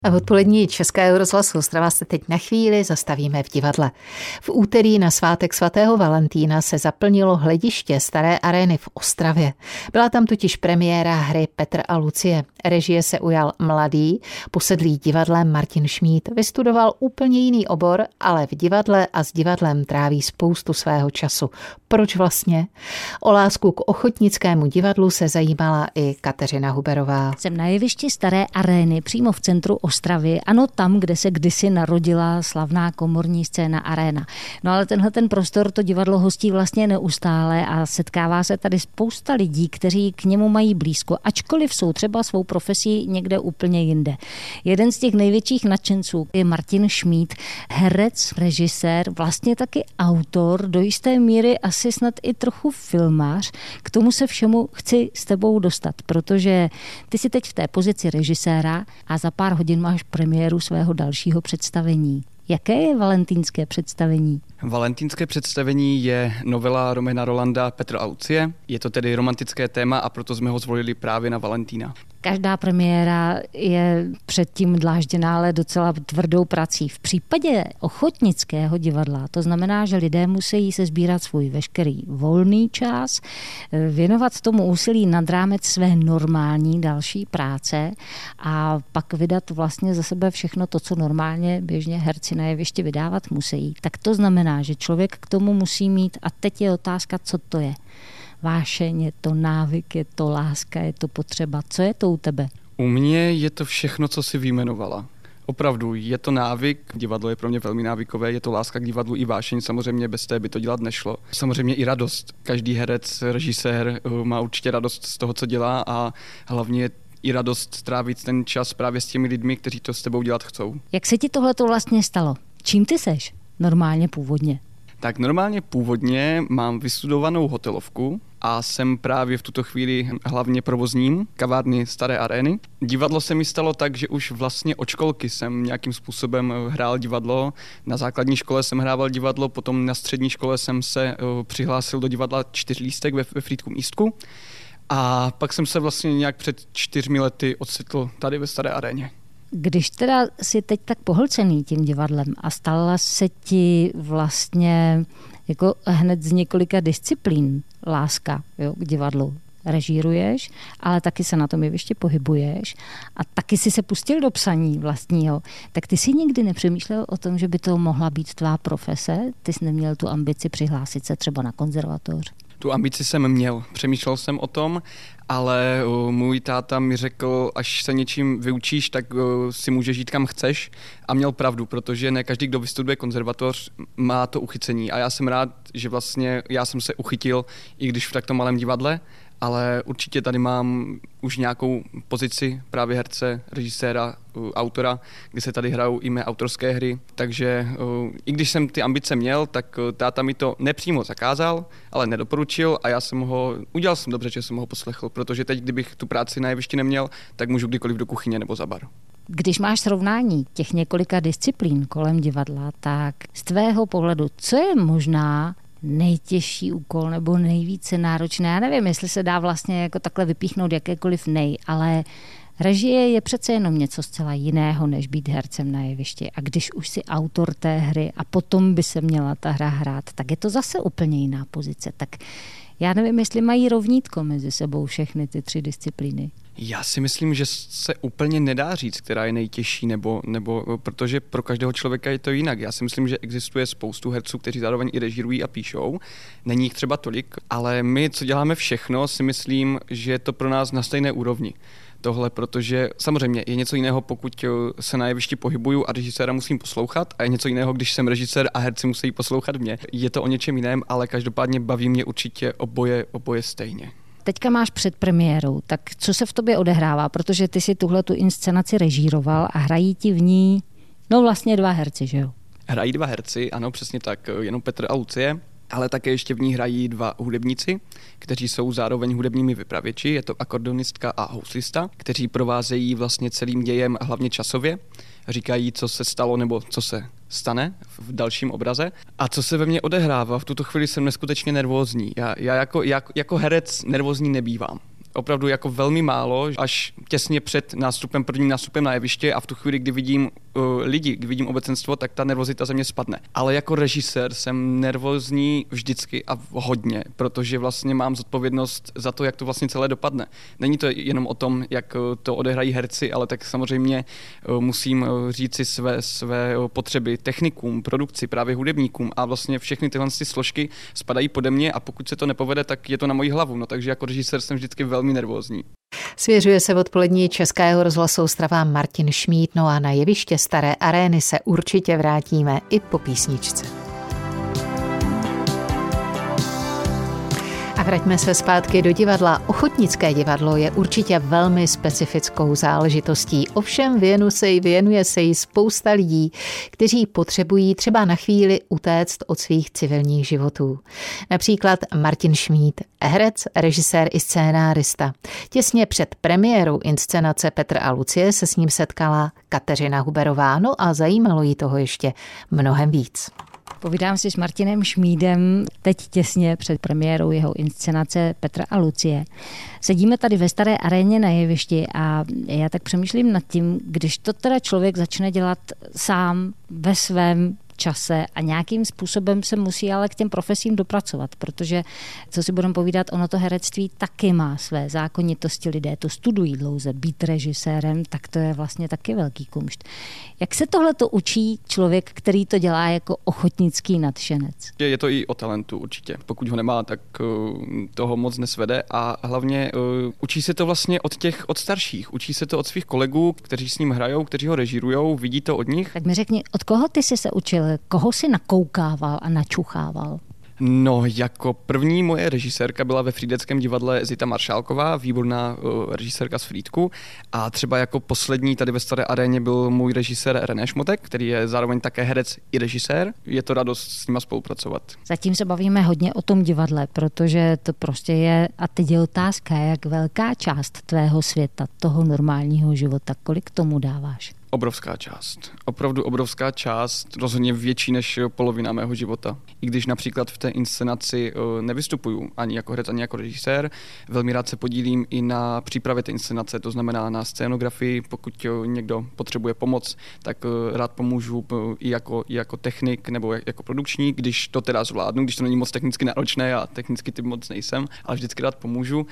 A v odpolední Českého rozhlasu Ostrava se teď na chvíli zastavíme v divadle. V úterý na svátek svatého Valentína se zaplnilo hlediště Staré arény v Ostravě. Byla tam totiž premiéra hry Petr a Lucie. Režie se ujal mladý, posedlý divadlem Martin Šmíd. Vystudoval úplně jiný obor, ale v divadle a s divadlem tráví spoustu svého času. Proč vlastně? O lásku k ochotnickému divadlu se zajímala i Kateřina Huberová. Jsem na jevišti Staré arény přímo v centru Ostravy, ano tam, kde se kdysi narodila slavná komorní scéna Aréna. No ale ten prostor to divadlo hostí vlastně neustále a setkává se tady spousta lidí, kteří k němu mají blízko, ačkoliv jsou třeba svou profesí někde úplně jinde. Jeden z těch největších nadšenců je Martin Šmíd, herec, režisér, vlastně taky autor, do jisté míry asi snad i trochu filmář. K tomu se všemu chci s tebou dostat, protože ty jsi teď v té pozici režiséra a za pár hodin máš premiéru svého dalšího představení. Jaké je valentýnské představení? Valentýnské představení je novela Romana Rolanda Petr a Lucie. Je to tedy romantické téma a proto jsme ho zvolili právě na Valentína. Každá premiéra je předtím dlážděná, ale docela tvrdou prací. V případě ochotnického divadla to znamená, že lidé musí se sbírat svůj veškerý volný čas, věnovat tomu úsilí nad rámec své normální další práce a pak vydat vlastně za sebe všechno to, co normálně běžně herci na jevišti vydávat musí. Tak to znamená, že člověk k tomu musí mít, a teď je otázka, co to je. Vášeň, je to návyk, je to láska, je to potřeba. Co je to u tebe? U mě je to všechno, co si vyjmenovala. Opravdu, je to návyk, divadlo je pro mě velmi návykové, je to láska k divadlu i vášeň, samozřejmě bez té by to dělat nešlo. Samozřejmě i radost. Každý herec, režisér má určitě radost z toho, co dělá a hlavně i radost strávit ten čas právě s těmi lidmi, kteří to s tebou dělat chcou. Jak se ti tohleto vlastně stalo? Čím ty seš normálně původně? Tak normálně původně mám vystudovanou hotelovku a jsem právě v tuto chvíli hlavně provozním kavárny Staré arény. Divadlo se mi stalo tak, že už vlastně od školky jsem nějakým způsobem hrál divadlo. Na základní škole jsem hrával divadlo, potom na střední škole jsem se přihlásil do divadla Čtyřlístek ve Frýdku Místku. A pak jsem se vlastně nějak před 4 lety ocitl tady ve Staré aréně. Když teda jsi teď tak pohlcený tím divadlem a stala se ti vlastně jako hned z několika disciplín láska, jo, k divadlu. Režíruješ, ale taky se na tom jevišti pohybuješ a taky si se pustil do psaní vlastního. Tak ty jsi nikdy nepřemýšlel o tom, že by to mohla být tvá profese? Ty jsi neměl tu ambici přihlásit se třeba na konzervatoř? Tu ambici jsem měl, přemýšlel jsem o tom, ale můj táta mi řekl, až se něčím vyučíš, tak si můžeš jít kam chceš a měl pravdu, protože ne každý, kdo vystuduje konzervatoř, má to uchycení a já jsem rád, že vlastně já jsem se uchytil, i když v takto malém divadle, ale určitě tady mám už nějakou pozici právě herce, režiséra, autora, kdy se tady hrajou i mé autorské hry, takže i když jsem ty ambice měl, tak táta mi to nepřímo zakázal, ale nedoporučil a udělal jsem dobře, že jsem ho poslechl, protože teď, kdybych tu práci na jevišti neměl, tak můžu kdykoliv do kuchyně nebo za bar. Když máš srovnání těch několika disciplín kolem divadla, tak z tvého pohledu, co je možná nejtěžší úkol nebo nejvíce náročné? Já nevím, jestli se dá vlastně jako takhle vypíchnout jakékoliv ale režie je přece jenom něco zcela jiného, než být hercem na jevišti. A když už si autor té hry a potom by se měla ta hra hrát, tak je to zase úplně jiná pozice. Tak já nevím, jestli mají rovnítko mezi sebou všechny ty 3 disciplíny. Já si myslím, že se úplně nedá říct, která je nejtěžší, nebo protože pro každého člověka je to jinak. Já si myslím, že existuje spoustu herců, kteří zároveň i režírují a píšou. Není jich třeba tolik, ale my, co děláme všechno, si myslím, že je to pro nás na stejné úrovni. Tohle, protože samozřejmě je něco jiného, pokud se na jevišti pohybuju a režiséra musím poslouchat a je něco jiného, když jsem režisér a herci musí poslouchat mě. Je to o něčem jiném, ale každopádně baví mě určitě oboje stejně. Teďka máš před premiérou, tak co se v tobě odehrává? Protože ty si tuhletu inscenaci režíroval a hrají ti v ní, vlastně 2 herci, že jo? Hrají 2 herci, ano, přesně tak, jenom Petr a Lucie, ale také ještě v ní hrají 2 hudebníci, kteří jsou zároveň hudebními vypravěči, je to akordeonistka a houslista, kteří provázejí vlastně celým dějem hlavně časově, říkají, co se stalo nebo co se stane v dalším obraze a co se ve mně odehrává. V tuto chvíli jsem neskutečně nervózní. Já jako herec nervózní nebývám. opravdu jako velmi málo, až těsně před prvním nástupem na jeviště a v tu chvíli, kdy vidím lidi, kdy vidím obecenstvo, tak ta nervozita ze mě spadne. Ale jako režisér jsem nervózní vždycky a hodně, protože vlastně mám zodpovědnost za to, jak to vlastně celé dopadne. Není to jenom o tom, jak to odehrají herci, ale tak samozřejmě musím říci své potřeby technikům, produkci, právě hudebníkům a vlastně všechny tyhle složky spadají pode mě a pokud se to nepovede, tak je to na moji hlavu. No, takže jako režisér jsem vždycky velmi nervózní. Svěřuje se odpolední Českého rozhlasu Ostrava Martin Šmíd, no a na jeviště Staré arény se určitě vrátíme i po písničce. A vraťme se zpátky do divadla. Ochotnické divadlo je určitě velmi specifickou záležitostí. Ovšem věnuje se jí spousta lidí, kteří potřebují třeba na chvíli utéct od svých civilních životů. Například Martin Šmíd, herec, režisér i scénárista. Těsně před premiérou inscenace Petr a Lucie se s ním setkala Kateřina Huberová, no a zajímalo jí toho ještě mnohem víc. Povídám si s Martinem Šmídem teď těsně před premiérou jeho inscenace Petra a Lucie. Sedíme tady ve Staré aréně na jevišti a já tak přemýšlím nad tím, když to teda člověk začne dělat sám ve svém čase a nějakým způsobem se musí ale k těm profesím dopracovat, protože, co si budeme povídat, ono to herectví taky má své zákonitosti, lidé to studují dlouze, být režisérem, tak to je vlastně taky velký kumšt. Jak se tohle to učí člověk, který to dělá jako ochotnický nadšenec? Je to i o talentu určitě. Pokud ho nemá, tak toho moc nesvede a hlavně učí se to vlastně od starších, učí se to od svých kolegů, kteří s ním hrajou, kteří ho režírujou, vidí to od nich. Tak mi řekni, od koho ty jsi se učil? Koho si nakoukával a načuchával? No, jako první moje režisérka byla ve Frýdeckém divadle Zita Maršálková, výborná režisérka z Frýdku. A třeba jako poslední tady ve Staré aréně byl můj režisér René Šmotek, který je zároveň také herec i režisér. Je to radost s nima spolupracovat. Zatím se bavíme hodně o tom divadle, protože to prostě je, a teď je otázka, jak velká část tvého světa, toho normálního života, kolik tomu dáváš? Obrovská část. Opravdu obrovská část, rozhodně větší než polovina mého života. I když například v té inscenaci nevystupuju ani jako herec, ani jako režisér, velmi rád se podílím i na přípravě té inscenace, to znamená na scénografii. Pokud někdo potřebuje pomoc, tak rád pomůžu i jako technik nebo jako produkční, když to teda zvládnu, když to není moc technicky náročné a technicky typ moc nejsem, ale vždycky rád pomůžu.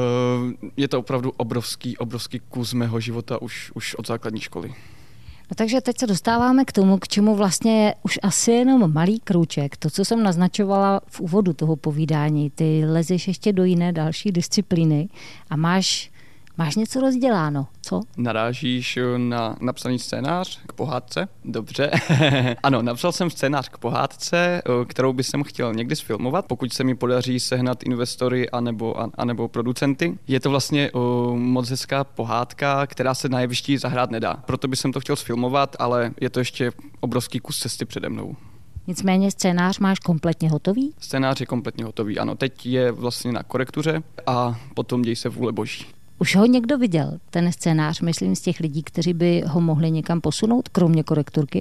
Je to opravdu obrovský kus mého života už od základní školy. No takže teď se dostáváme k tomu, k čemu vlastně je už asi jenom malý krůček. To, co jsem naznačovala v úvodu toho povídání, ty lezeš ještě do jiné další disciplíny a máš něco rozděláno, co? Narážíš na napsaný scénář k pohádce? Dobře. Ano, napsal jsem scénář k pohádce, kterou bych chtěl někdy sfilmovat, pokud se mi podaří sehnat investory anebo producenty. Je to vlastně moc hezká pohádka, která se na jevišti zahrát nedá. Proto bych to chtěl sfilmovat, ale je to ještě obrovský kus cesty přede mnou. Nicméně scénář máš kompletně hotový? Scénář je kompletně hotový, ano. Teď je vlastně na korektuře a potom děj se vůle boží. Už ho někdo viděl, ten scénář, myslím, z těch lidí, kteří by ho mohli někam posunout, kromě korekturky?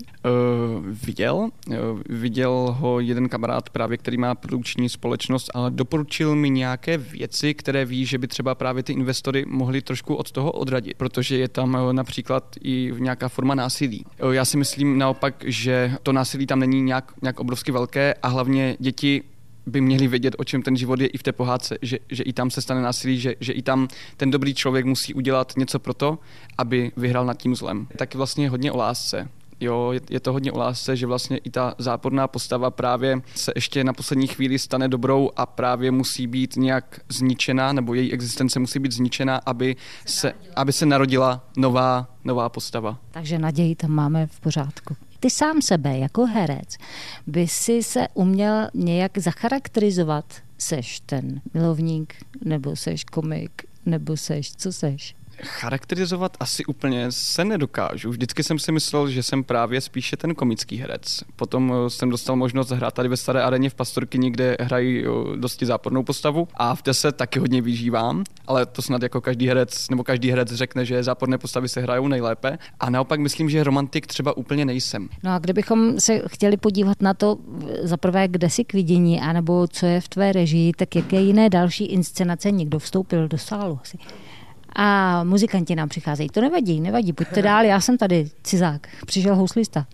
Viděl ho jeden kamarád právě, který má produkční společnost a doporučil mi nějaké věci, které ví, že by třeba právě ty investory mohli trošku od toho odradit, protože je tam například i nějaká forma násilí. Já si myslím naopak, že to násilí tam není nějak obrovsky velké a hlavně děti by měli vědět, o čem ten život je i v té pohádce, že i tam se stane násilí, že i tam ten dobrý člověk musí udělat něco pro to, aby vyhrál nad tím zlem. Taky vlastně hodně o lásce. Jo, je to hodně o lásce, že vlastně i ta záporná postava právě se ještě na poslední chvíli stane dobrou a právě musí být nějak zničena, nebo její existence musí být zničena, aby se narodila nová postava. Takže naději tam máme v pořádku. Ty sám sebe jako herec by si se uměl nějak zacharakterizovat? Seš ten milovník, nebo seš komik, nebo seš, co seš? Charakterizovat asi úplně se nedokážu. Vždycky jsem si myslel, že jsem právě spíše ten komický herec. Potom jsem dostal možnost hrát tady ve Staré aréně v Pastorkyni, kde hrají dosti zápornou postavu a v té se taky hodně vyžívám, ale to snad jako každý herec řekne, že záporné postavy se hrajou nejlépe. A naopak myslím, že romantik třeba úplně nejsem. No a kdybychom se chtěli podívat na to, zaprvé, kde jsi k vidění, anebo co je v tvé režii, tak jaké jiné další inscenace někdo vstoupil do sálu asi? A muzikanti nám přicházejí. To nevadí, pojďte dál, já jsem tady, cizák, přišel houslista.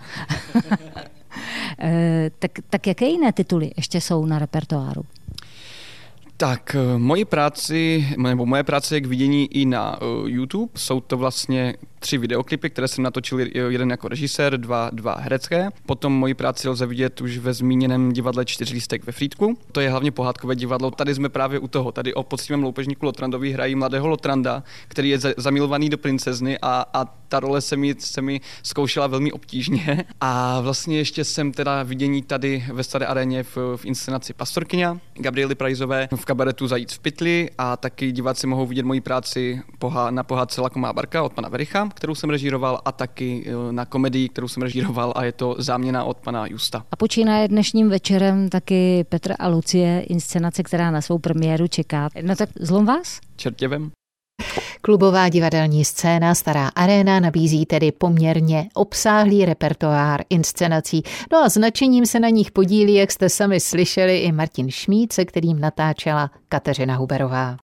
tak jaké jiné tituly ještě jsou na repertoáru? Tak moje práce je k vidění i na YouTube. Jsou to vlastně 3 videoklipy, které jsem natočil, jeden jako režisér, dva herecké. Potom moji práci lze vidět už ve zmíněném divadle 4 lístek ve Frýdku. To je hlavně pohádkové divadlo. Tady jsme právě u toho. Tady o poctivém loupežníku Lotrandovi hrají mladého Lotranda, který je zamilovaný do princezny a ta role se mi zkoušela velmi obtížně. A vlastně ještě jsem teda vidění tady ve Staré aréně v inscenaci Pastorkyně Gabriely Prajzové, v kabaretu Zajíc v pytli a taky diváci mohou vidět moji práci na pohádce Lakomá barka od pana Vericha, kterou jsem režíroval, a taky na komedii, kterou jsem režíroval, a je to Záměna od pana Justa. A počínaje dnešním večerem taky Petr a Lucie, inscenace, která na svou premiéru čeká. No tak zlom vás? Čertěvem. Klubová divadelní scéna Stará aréna nabízí tedy poměrně obsáhlý repertoár inscenací. No a značením se na nich podílí, jak jste sami slyšeli, i Martin Šmíd, se kterým natáčela Kateřina Huberová.